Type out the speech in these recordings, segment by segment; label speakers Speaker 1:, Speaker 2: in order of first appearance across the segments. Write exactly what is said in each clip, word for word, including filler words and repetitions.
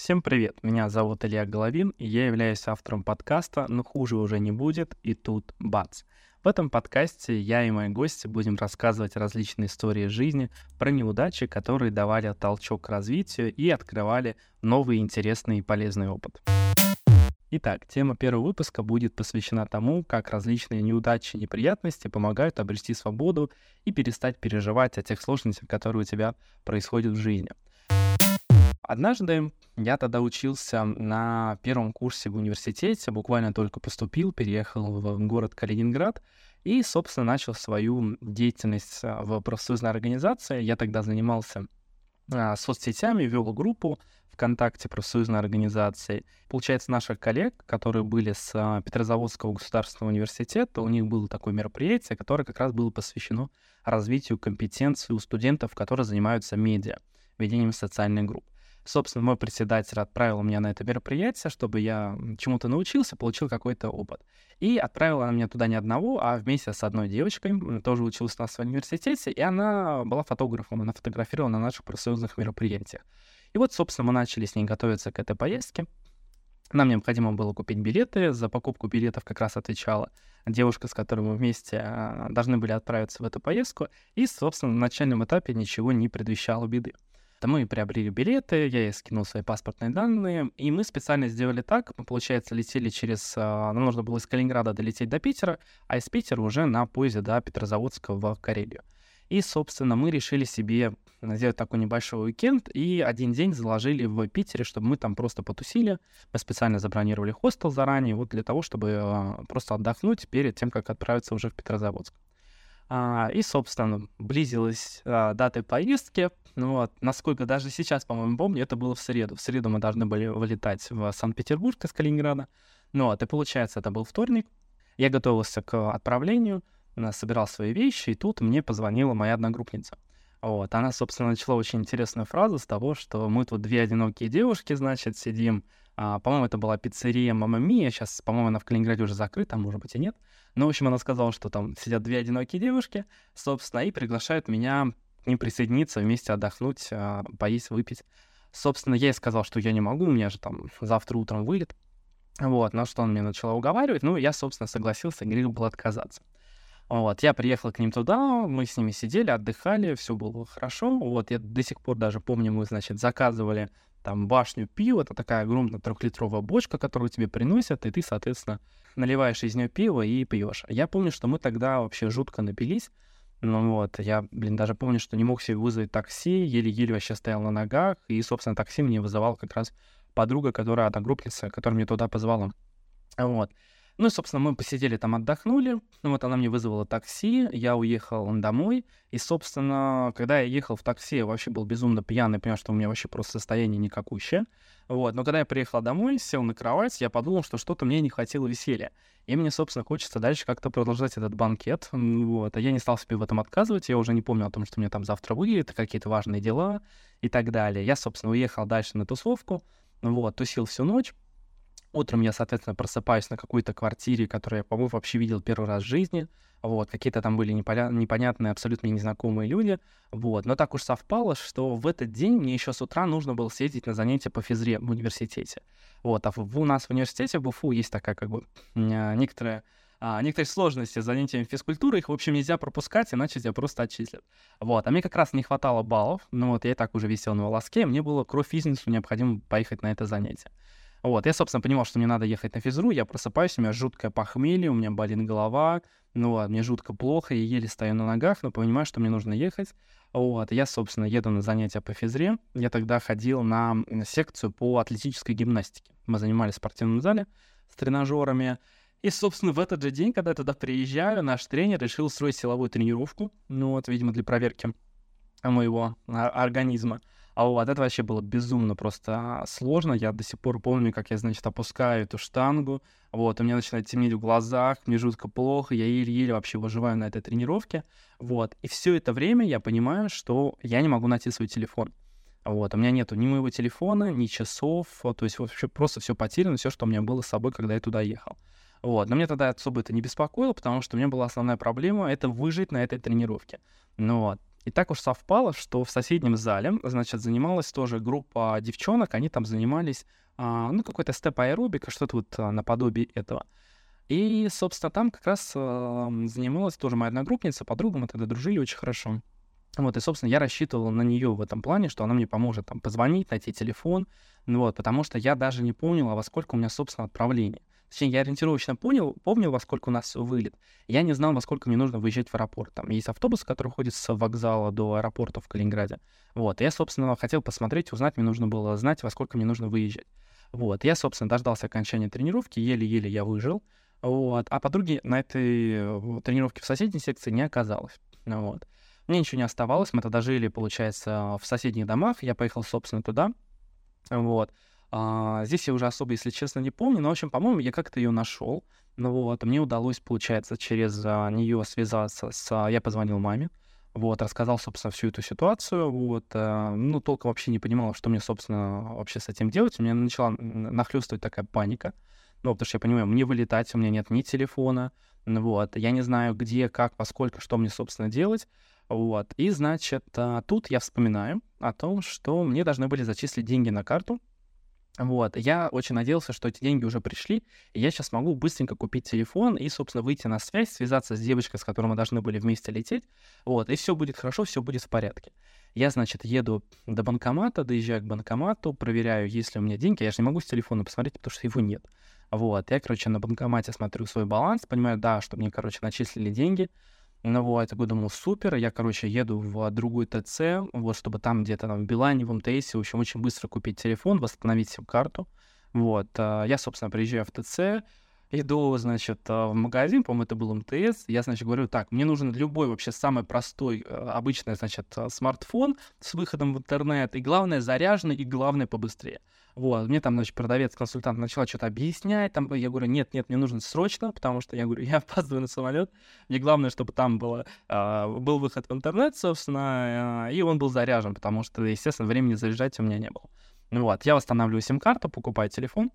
Speaker 1: Всем привет, меня зовут Илья Головин, и я являюсь автором подкаста «Ну хуже уже не будет», и тут бац. В этом подкасте я и мои гости будем рассказывать различные истории жизни про неудачи, которые давали толчок к развитию и открывали новый интересный и полезный опыт. Итак, тема первого выпуска будет посвящена тому, как различные неудачи и неприятности помогают обрести свободу и перестать переживать о тех сложностях, которые у тебя происходят в жизни. Однажды я тогда учился на первом курсе в университете, буквально только поступил, переехал в город Калининград и, собственно, начал свою деятельность а, в профсоюзной организации. Я тогда занимался а, соцсетями, вел группу ВКонтакте профсоюзной организации. Получается, наших коллег, которые были с а, Петрозаводского государственного университета, у них было такое мероприятие, которое как раз было посвящено развитию компетенций у студентов, которые занимаются медиа, ведением социальных групп. Собственно, мой председатель отправил меня на это мероприятие, чтобы я чему-то научился, получил какой-то опыт. И отправила она меня туда не одного, а вместе с одной девочкой, м, тоже училась у нас в университете, и она была фотографом, она фотографировала на наших профсоюзных мероприятиях. И вот, собственно, мы начали с ней готовиться к этой поездке. Нам необходимо было купить билеты, за покупку билетов как раз отвечала девушка, с которой мы вместе а, должны были отправиться в эту поездку, и, собственно, на начальном этапе ничего не предвещало беды. Мы приобрели билеты, я ей скинул свои паспортные данные, и мы специально сделали так, мы, получается, летели через... а, Нам нужно было из Калининграда долететь до Питера, а из Питера уже на поезде до Петрозаводска в Карелию. И, собственно, мы решили себе сделать такой небольшой уикенд, и один день заложили в Питере, чтобы мы там просто потусили. Мы специально забронировали хостел заранее, вот для того, чтобы а, просто отдохнуть перед тем, как отправиться уже в Петрозаводск. А, и, собственно, близилась а, дата поездки. Ну вот, насколько даже сейчас, по-моему, помню, это было в среду. В среду мы должны были вылетать в Санкт-Петербург из Калининграда. Ну вот, и получается, это был вторник. Я готовился к отправлению, а, собирал свои вещи, и тут мне позвонила моя одногруппница. Вот, она, собственно, начала очень интересную фразу с того, что мы тут две одинокие девушки, значит, сидим. А, по-моему, это была пиццерия Мамма Мия. Сейчас, по-моему, она в Калининграде уже закрыта, а может быть и нет. Но, в общем, она сказала, что там сидят две одинокие девушки, собственно, и приглашают меня к ним присоединиться, вместе отдохнуть, а, поесть, выпить. Собственно, я ей сказал, что я не могу, у меня же там завтра утром вылет. Вот, на что она меня начала уговаривать. Ну, я, собственно, согласился, и грех был отказаться. Вот, я приехал к ним туда, мы с ними сидели, отдыхали, все было хорошо. Вот, я до сих пор даже помню, мы, значит, заказывали там башню пива, это такая огромная трехлитровая бочка, которую тебе приносят, и ты, соответственно, наливаешь из нее пиво и пьешь. Я помню, что мы тогда вообще жутко напились. Ну вот, я, блин, даже помню, что не мог себе вызвать такси, еле-еле вообще стоял на ногах, и, собственно, такси мне вызывал как раз подруга, которая одногруппница, которая меня туда позвала. Вот. Ну и, собственно, мы посидели там, отдохнули. Ну вот она мне вызвала такси, я уехал домой. И, собственно, когда я ехал в такси, я вообще был безумно пьяный, понял, что у меня вообще просто состояние никакущее. Вот. Но когда я приехал домой, сел на кровать, я подумал, что что-то мне не хватило веселья. И мне, собственно, хочется дальше как-то продолжать этот банкет. Вот. А я не стал себе в этом отказывать. Я уже не помню о том, что мне там завтра вылет, какие-то важные дела и так далее. Я, собственно, уехал дальше на тусовку. Вот. Тусил всю ночь. Утром я, соответственно, просыпаюсь на какой-то квартире, которую я, по-моему, вообще видел первый раз в жизни. Вот, какие-то там были неполя... непонятные, абсолютно незнакомые люди. Вот, но так уж совпало, что в этот день мне еще с утра нужно было съездить на занятия по физре в университете. Вот, а в... у нас в университете, в УФУ, есть такая, как бы, некоторая... А, некоторые сложности с занятиями физкультурой, их, в общем, нельзя пропускать, иначе тебя просто отчислят. Вот, а мне как раз не хватало баллов, ну вот, я и так уже висел на волоске, мне было кровь физнесу необходимо поехать на это занятие. Вот, я, собственно, понимал, что мне надо ехать на физру, я просыпаюсь, у меня жуткое похмелье, у меня болит голова, ну вот, мне жутко плохо, я еле стою на ногах, но понимаю, что мне нужно ехать. Вот, я, собственно, еду на занятия по физре, я тогда ходил на секцию по атлетической гимнастике. Мы занимались в спортивном зале с тренажерами, и, собственно, в этот же день, когда я туда приезжаю, наш тренер решил устроить силовую тренировку, ну вот, видимо, для проверки моего а, организма. А вот это вообще было безумно просто сложно. Я до сих пор помню, как я, значит, опускаю эту штангу. Вот, у меня начинает темнеть в глазах, мне жутко плохо, я еле-еле вообще выживаю на этой тренировке. Вот, и все это время я понимаю, что я не могу найти свой телефон. Вот, у меня нету ни моего телефона, ни часов, то есть вообще просто все потеряно, все, что у меня было с собой, когда я туда ехал. Вот, но меня тогда особо это не беспокоило, потому что у меня была основная проблема — это выжить на этой тренировке. Ну вот. И так уж совпало, что в соседнем зале, значит, занималась тоже группа девчонок, они там занимались, а, ну, какой-то степ-аэробика, что-то вот а, наподобие этого. И, собственно, там как раз а, занималась тоже моя одногруппница, подруга, мы тогда дружили очень хорошо. Вот, и, собственно, я рассчитывал на нее в этом плане, что она мне поможет там позвонить, найти телефон, ну вот, потому что я даже не помнил, а во сколько у меня, собственно, отправление. Точнее, я ориентировочно понял, помнил, во сколько у нас вылет. Я не знал, во сколько мне нужно выезжать в аэропорт. Там есть автобус, который ходит с вокзала до аэропорта в Калининграде. Вот, и я, собственно, хотел посмотреть, узнать, мне нужно было знать, во сколько мне нужно выезжать. Вот, я, собственно, дождался окончания тренировки, еле-еле я выжил. Вот, а подруги на этой э, тренировке в соседней секции не оказалось. Ну вот. Мне ничего не оставалось, мы тогда жили, получается, в соседних домах, я поехал, собственно, туда, вот. А, здесь я уже особо, если честно, не помню, но, в общем, по-моему, я как-то ее нашел, ну вот, мне удалось, получается, через а, нее связаться с... а, Я позвонил маме, вот, рассказал, собственно, всю эту ситуацию, вот, а, ну, толком вообще не понимал, что мне, собственно, вообще с этим делать, у меня начала н- нахлёстывать такая паника, ну, потому что я понимаю, мне вылетать, у меня нет ни телефона, ну вот, я не знаю, где, как, во сколько, что мне, собственно, делать. Вот. И, значит, а, тут я вспоминаю о том, что мне должны были зачислить деньги на карту. Вот. Я очень надеялся, что эти деньги уже пришли, и я сейчас могу быстренько купить телефон и, собственно, выйти на связь, связаться с девочкой, с которой мы должны были вместе лететь. Вот. И все будет хорошо, все будет в порядке. Я, значит, еду до банкомата, доезжаю к банкомату, проверяю, есть ли у меня деньги. Я же не могу с телефона посмотреть, потому что его нет. Вот. Я, короче, на банкомате смотрю свой баланс, понимаю, да, что мне, короче, начислили деньги. Ну вот, я такой думал, супер, я, короче, еду в другой ТЦ, вот, чтобы там где-то там в Билайне, в МТСе, в общем, очень быстро купить телефон, восстановить сим-карту. Вот, а, я, собственно, приезжаю в ТЦ, иду, значит, а, в магазин, по-моему, это был МТС, я, значит, говорю, так, мне нужен любой вообще самый простой, а, обычный, значит, а, смартфон с выходом в интернет, и главное, заряженный, и главное, побыстрее. Вот, мне там, значит, продавец-консультант начала что-то объяснять, там, я говорю, нет, нет, мне нужно срочно, потому что, я говорю, я опаздываю на самолет, мне главное, чтобы там было, а, был выход в интернет, собственно, а, и он был заряжен, потому что, естественно, времени заряжать у меня не было. Ну вот, я восстанавливаю сим-карту, покупаю телефон,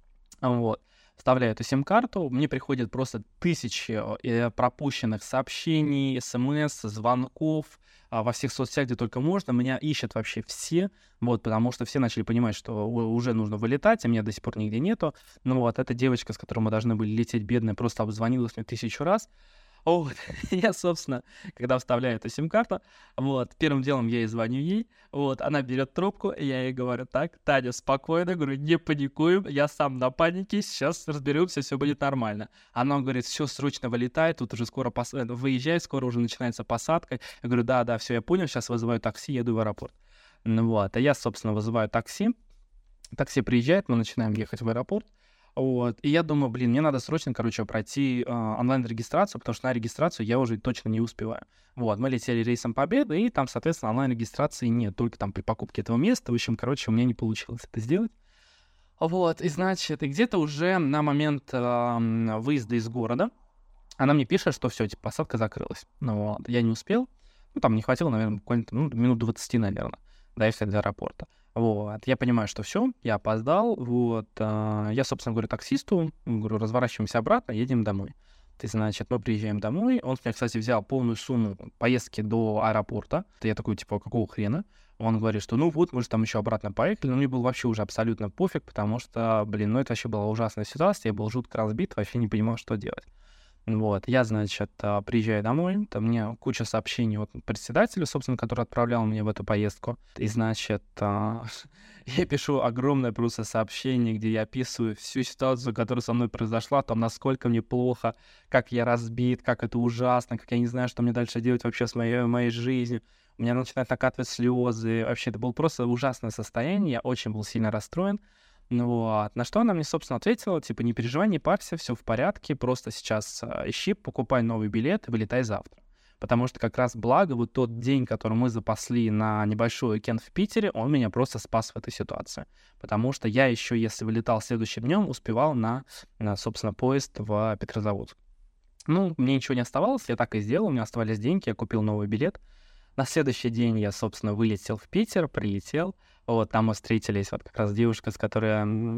Speaker 1: вот, вставляю эту сим-карту, мне приходят просто тысячи э, пропущенных сообщений, смс, звонков а, во всех соцсетях, где только можно. Меня ищут вообще все, вот, потому что все начали понимать, что у- уже нужно вылетать, а меня до сих пор нигде нету. Ну вот, эта девочка, с которой мы должны были лететь, бедная, просто обзвонилась мне тысячу раз. Вот, я, собственно, когда вставляю эту сим-карту, вот, первым делом я ей звоню ей, вот, она берет трубку, я ей говорю, так, Таня, спокойно, говорю, не паникуем, я сам на панике, сейчас разберемся, все будет нормально. Она говорит, все, срочно вылетай, тут уже скоро пос... э, выезжай, скоро уже начинается посадка. Я говорю, да, да, все, я понял, сейчас вызываю такси, еду в аэропорт. Ну вот, а я, собственно, вызываю такси, такси приезжает, мы начинаем ехать в аэропорт. Вот. И я думаю, блин, мне надо срочно, короче, пройти э, онлайн-регистрацию, потому что на регистрацию я уже точно не успеваю. Вот, мы летели рейсом Победы, и там, соответственно, онлайн-регистрации нет, только там при покупке этого места. В общем, короче, у меня не получилось это сделать. Вот, и значит, и где-то уже на момент э, м, выезда из города она мне пишет, что все, типа, посадка закрылась. Ну вот, я не успел. Ну, там не хватило, наверное, буквально ну, минут двадцать, наверное, доехать до аэропорта. Вот, я понимаю, что все, я опоздал, вот, а, я, собственно, говорю таксисту, говорю, разворачиваемся обратно, едем домой. Ты, значит, мы приезжаем домой, он с меня, кстати, взял полную сумму поездки до аэропорта, я такой, типа, какого хрена? Он говорит, что ну вот, мы же там еще обратно поехали, но мне было вообще уже абсолютно пофиг, потому что, блин, ну это вообще была ужасная ситуация, я был жутко разбит, вообще не понимал, что делать. Вот, я, значит, а, приезжаю домой, там мне куча сообщений от председателя, собственно, который отправлял меня в эту поездку. И, значит, а, я пишу огромное просто сообщение, где я описываю всю ситуацию, которая со мной произошла, там, насколько мне плохо, как я разбит, как это ужасно, как я не знаю, что мне дальше делать вообще с моей, моей жизнью. У меня начинают накатывать слезы. Вообще, это было просто ужасное состояние, я очень был сильно расстроен. Ну вот. На что она мне, собственно, ответила, типа, не переживай, не парься, все в порядке, просто сейчас а, ищи, покупай новый билет и вылетай завтра. Потому что как раз благо вот тот день, который мы запасли на небольшой уикенд в Питере, он меня просто спас в этой ситуации. Потому что я еще, если вылетал следующим днем, успевал на, на собственно, поезд в Петрозаводск. Ну, мне ничего не оставалось, я так и сделал, у меня оставались деньги, я купил новый билет. На следующий день я, собственно, вылетел в Питер, прилетел. Вот, там мы встретились, вот как раз девушка, с которой м,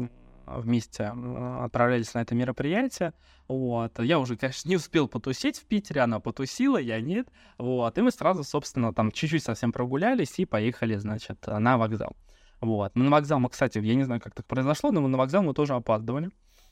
Speaker 1: вместе м, отправлялись на это мероприятие. Вот. Я уже, конечно, не успел потусить в Питере, она потусила, я нет. Вот. И мы сразу, собственно, там чуть-чуть совсем прогулялись и поехали, значит, на вокзал. Вот. Ну, на вокзал мы, кстати, я не знаю, как так произошло, но на вокзал мы тоже опаздывали.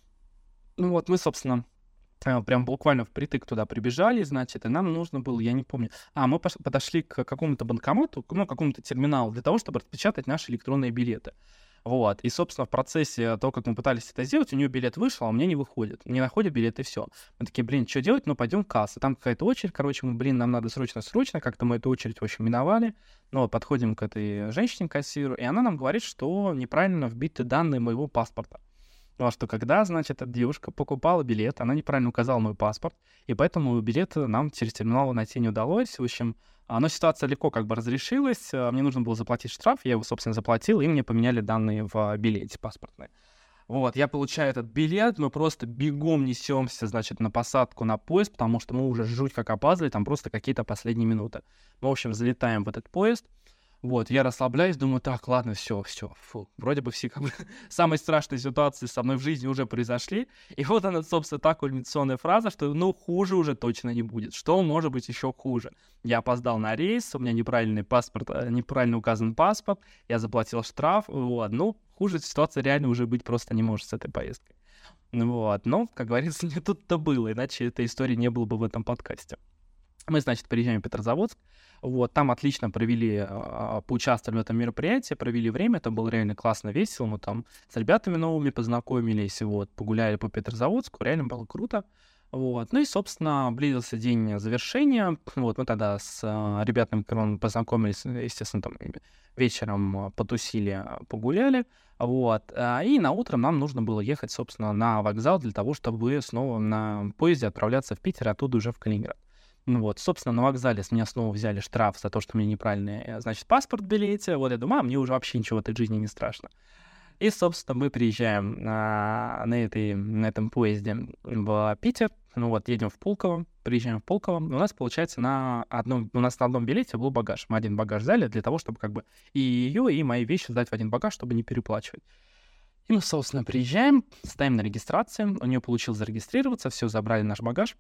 Speaker 1: Ну вот, мы, собственно, э, прям буквально впритык туда прибежали, значит, и нам нужно было, я не помню, а, мы пош- подошли к какому-то банкомату, к, ну, какому-то терминалу для того, чтобы распечатать наши электронные билеты. Вот, и, собственно, в процессе того, как мы пытались это сделать, у нее билет вышел, а у меня не выходит. Не находит билет, и все. Мы такие, блин, что делать? Ну, пойдем в кассу. Там какая-то очередь, короче, мы, блин, нам надо срочно-срочно. Как-то мы эту очередь, в общем, миновали. Ну, вот, подходим к этой женщине-кассиру, и она нам говорит, что неправильно вбиты данные моего паспорта. Ну, а что когда, значит, эта девушка покупала билет, она неправильно указала мой паспорт, и поэтому билет нам через терминал найти не удалось. В общем, а, но ситуация легко как бы разрешилась. а, Мне нужно было заплатить штраф, я его, собственно, заплатил, и мне поменяли данные в а, билете паспортные. Вот, я получаю этот билет, мы просто бегом несемся, значит, на посадку на поезд, потому что мы уже жуть как опаздывали, там просто какие-то последние минуты. Мы, в общем, залетаем в этот поезд. Вот, я расслабляюсь, думаю, так, ладно, все, все, фу, вроде бы все как бы самые страшные ситуации со мной в жизни уже произошли, и вот она, собственно, та кульминационная фраза, что, ну, хуже уже точно не будет, что может быть еще хуже? Я опоздал на рейс, у меня неправильный паспорт, э, неправильно указан паспорт, я заплатил штраф, вот, ну, хуже ситуация реально уже быть просто не может с этой поездкой. Ну вот, но, как говорится, не тут-то было, иначе этой истории не было бы в этом подкасте. Мы, значит, приезжаем в Петрозаводск, вот, там отлично провели, а, поучаствовали в этом мероприятии, провели время, это было реально классно, весело, мы там с ребятами новыми познакомились, вот, погуляли по Петрозаводску, реально было круто, вот, ну и, собственно, близился день завершения, вот, мы тогда с а, ребятами, которые познакомились, естественно, там вечером а, потусили, а, погуляли, вот, а, и на утро нам нужно было ехать, собственно, на вокзал для того, чтобы снова на поезде отправляться в Питер, оттуда уже в Калининград. Ну вот, собственно, на вокзале с меня снова взяли штраф за то, что у меня неправильный, э, значит, паспорт в билете. Вот я думаю, а мне уже вообще ничего в этой жизни не страшно. И, собственно, мы приезжаем на, на, этой, на этом поезде в Питер. Ну вот, едем в Пулково, приезжаем в Пулково. У нас, получается, на одном, у нас на одном билете был багаж. Мы один багаж взяли для того, чтобы как бы и ее, и мои вещи сдать в один багаж, чтобы не переплачивать. И мы, собственно, приезжаем, ставим на регистрацию. У нее получилось зарегистрироваться, все, забрали наш багаж.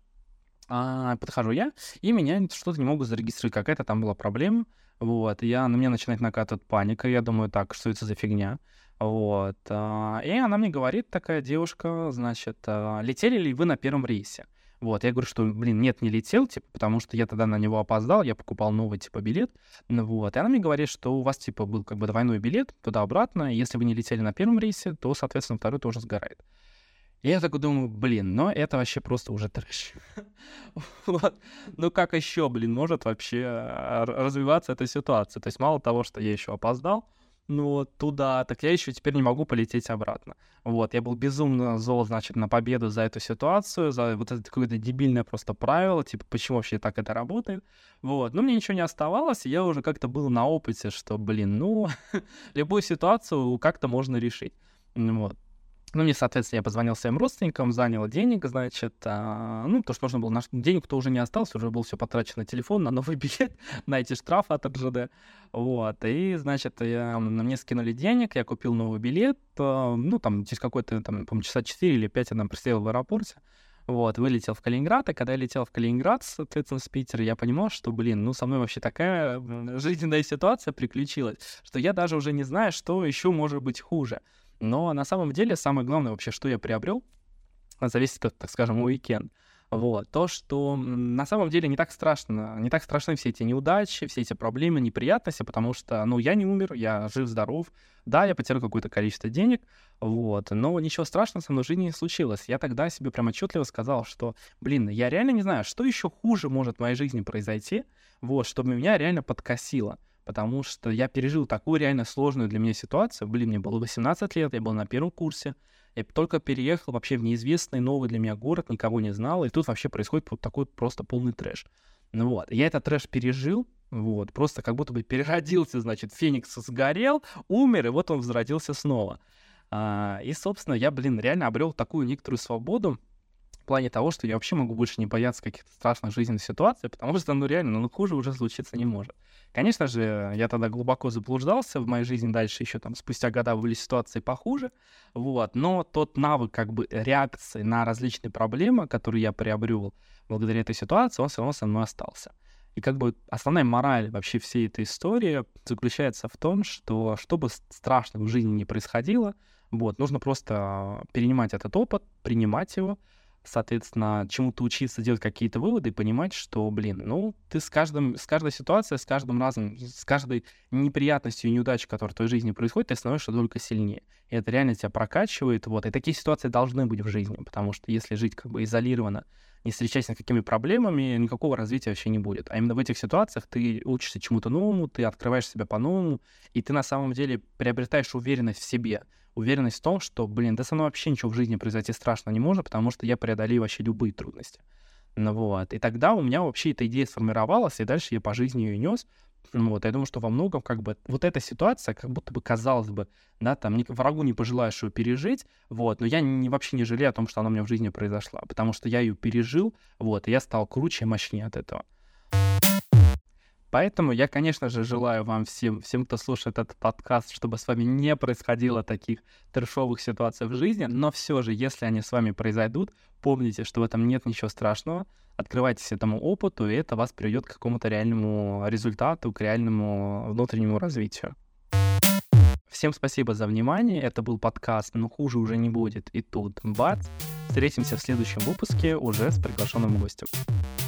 Speaker 1: А, подхожу я, и меня что-то не могут зарегистрировать, какая-то там была проблема, вот, и я, на меня начинает накатывать паника, я думаю, так, что это за фигня, вот, а, и она мне говорит, такая девушка, значит, а, летели ли вы на первом рейсе? Вот, я говорю, что, блин, нет, не летел, типа, потому что я тогда на него опоздал, я покупал новый, типа, билет, ну вот, и она мне говорит, что у вас, типа, был, как бы, двойной билет туда-обратно, и если вы не летели на первом рейсе, то, соответственно, второй тоже сгорает. И я такой думаю, блин, ну это вообще просто уже трэш. Вот. Ну как еще, блин, может вообще а, р- развиваться эта ситуация? То есть мало того, что я еще опоздал, ну вот туда, так я еще теперь не могу полететь обратно. Вот, я был безумно зол, значит, на победу за эту ситуацию, за вот это какое-то дебильное просто правило, типа, почему вообще так это работает. Вот, но мне ничего не оставалось, и я уже как-то был на опыте, что, блин, ну, любую ситуацию как-то можно решить. Ну вот. Ну, мне, соответственно, я позвонил своим родственникам, занял денег, значит, а, ну, то, что нужно было, наш... денег-то уже не осталось, уже было все потрачено на телефон, на новый билет, на эти штрафы от эр жэ дэ, вот, и, значит, я, мне скинули денег, я купил новый билет, а, ну, там, через какой-то, там, по-моему, часа четыре или пять я нам присел в аэропорте, вот, вылетел в Калининград, и когда я летел в Калининград, соответственно, с Питера, я понимал, что, блин, ну, со мной вообще такая м, жизненная ситуация приключилась, что я даже уже не знаю, что еще может быть хуже. Но на самом деле самое главное вообще, что я приобрел, зависит от, так скажем, уикенд. Вот. То, что м, на самом деле не так страшно, не так страшны все эти неудачи, все эти проблемы, неприятности, потому что, ну, я не умер, я жив-здоров. Да, я потерял какое-то количество денег, вот, но ничего страшного со мной в жизни не случилось. Я тогда себе прям отчетливо сказал, что, блин, я реально не знаю, что еще хуже может в моей жизни произойти, вот, чтобы меня реально подкосило. Потому что я пережил такую реально сложную для меня ситуацию. Блин, мне было восемнадцать лет, я был на первом курсе. Я только переехал вообще в неизвестный новый для меня город, никого не знал. И тут вообще происходит вот такой просто полный трэш. Ну вот, я этот трэш пережил, вот, просто как будто бы переродился, значит, Феникс сгорел, умер, и вот он возродился снова. А, и, собственно, я, блин, реально обрел такую некоторую свободу. В плане того, что я вообще могу больше не бояться каких-то страшных жизненных ситуаций, потому что, ну, реально, ну, хуже уже случиться не может. Конечно же, я тогда глубоко заблуждался, в моей жизни дальше еще там спустя года были ситуации похуже, вот, но тот навык как бы реакции на различные проблемы, которые я приобрел благодаря этой ситуации, он все равно со мной остался. И как бы основная мораль вообще всей этой истории заключается в том, что что бы страшного в жизни не происходило, вот, нужно просто перенимать этот опыт, принимать его, соответственно, чему-то учиться, делать какие-то выводы и понимать, что, блин, ну, ты с каждым, с каждой ситуацией, с каждым разом, с каждой неприятностью и неудачей, которая в твоей жизни происходит, ты становишься только сильнее. И это реально тебя прокачивает, вот. И такие ситуации должны быть в жизни, потому что если жить как бы изолированно, не встречаясь с никакими проблемами, никакого развития вообще не будет. А именно в этих ситуациях ты учишься чему-то новому, ты открываешь себя по-новому, и ты на самом деле приобретаешь уверенность в себе, уверенность в том, что, блин, да со мной вообще ничего в жизни произойти страшно не может, потому что я преодолею вообще любые трудности. Ну вот. И тогда у меня вообще эта идея сформировалась, и дальше я по жизни ее нес. Ну вот. Я думаю, что во многом как бы вот эта ситуация, как будто бы казалось бы, да, там ни- врагу не пожелаешь ее пережить, вот, но я не, вообще не жалею о том, что она у меня в жизни произошла, потому что я ее пережил, вот, и я стал круче и мощнее от этого. Поэтому я, конечно же, желаю вам всем, всем, кто слушает этот подкаст, чтобы с вами не происходило таких трешовых ситуаций в жизни, но все же, если они с вами произойдут, помните, что в этом нет ничего страшного, открывайтесь этому опыту, и это вас приведет к какому-то реальному результату, к реальному внутреннему развитию. Всем спасибо за внимание, это был подкаст «Но хуже уже не будет», и тут бац, встретимся в следующем выпуске уже с приглашенным гостем.